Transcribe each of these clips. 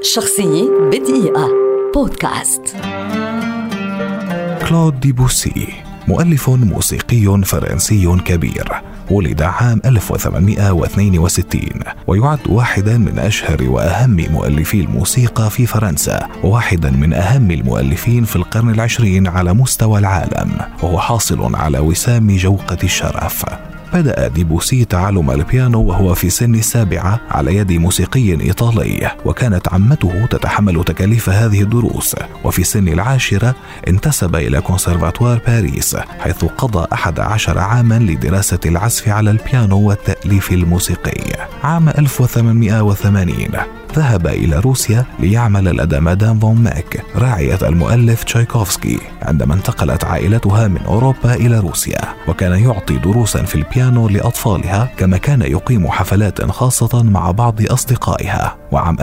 شخصية بدقيقة بودكاست. كلود ديبوسي مؤلف موسيقي فرنسي كبير، ولد عام 1862 ويعد واحدا من أشهر وأهم مؤلفي الموسيقى في فرنسا، وواحدا من أهم المؤلفين في القرن العشرين على مستوى العالم، وهو حاصل على وسام جوقة الشرف. بدأ ديبوسي تعلم البيانو وهو في سن 7 على يد موسيقي إيطالي، وكانت عمته تتحمل تكاليف هذه الدروس. وفي سن 10 انتسب إلى كونسرفاتوار باريس، حيث قضى 11 عاما لدراسة العزف على البيانو والتأليف الموسيقي. عام 1880 ذهب إلى روسيا ليعمل لدى مادام فون ماك راعية المؤلف تشايكوفسكي، عندما انتقلت عائلتها من أوروبا إلى روسيا، وكان يعطي دروسا في البيانو لأطفالها، كما كان يقيم حفلات خاصة مع بعض أصدقائها. وعام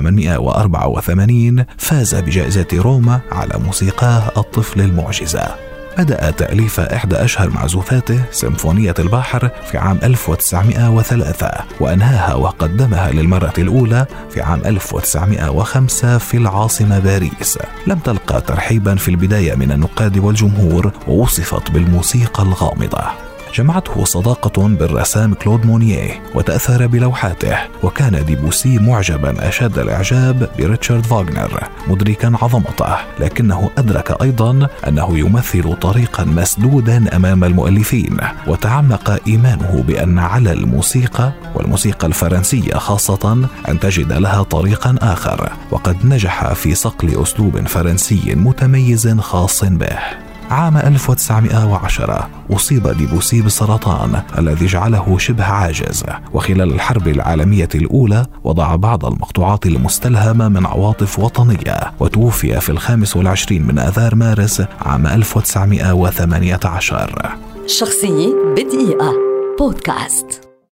1884 فاز بجائزة روما على موسيقاه الطفل المعجزة. بدأ تأليف إحدى أشهر معزوفاته سيمفونية البحر في عام 1903، وأنهاها وقدمها للمرة الأولى في عام 1905 في العاصمة باريس. لم تلقى ترحيبا في البداية من النقاد والجمهور، ووصفت بالموسيقى الغامضة. جمعته صداقة بالرسام كلود مونيه وتأثر بلوحاته، وكان ديبوسي معجبا أشد الإعجاب بريتشارد فاغنر، مدركا عظمته، لكنه أدرك أيضا أنه يمثل طريقا مسدودا أمام المؤلفين، وتعمق إيمانه بأن على الموسيقى والموسيقى الفرنسية خاصة أن تجد لها طريقا آخر، وقد نجح في صقل أسلوب فرنسي متميز خاص به. عام 1910 أصيب ديبوسي بالسرطان الذي جعله شبه عاجز، وخلال الحرب العالمية الأولى وضع بعض المقطوعات المستلهمة من عواطف وطنية، وتوفي في 25 من آذار مارس عام 1918. شخصية بدقيقة بودكاست.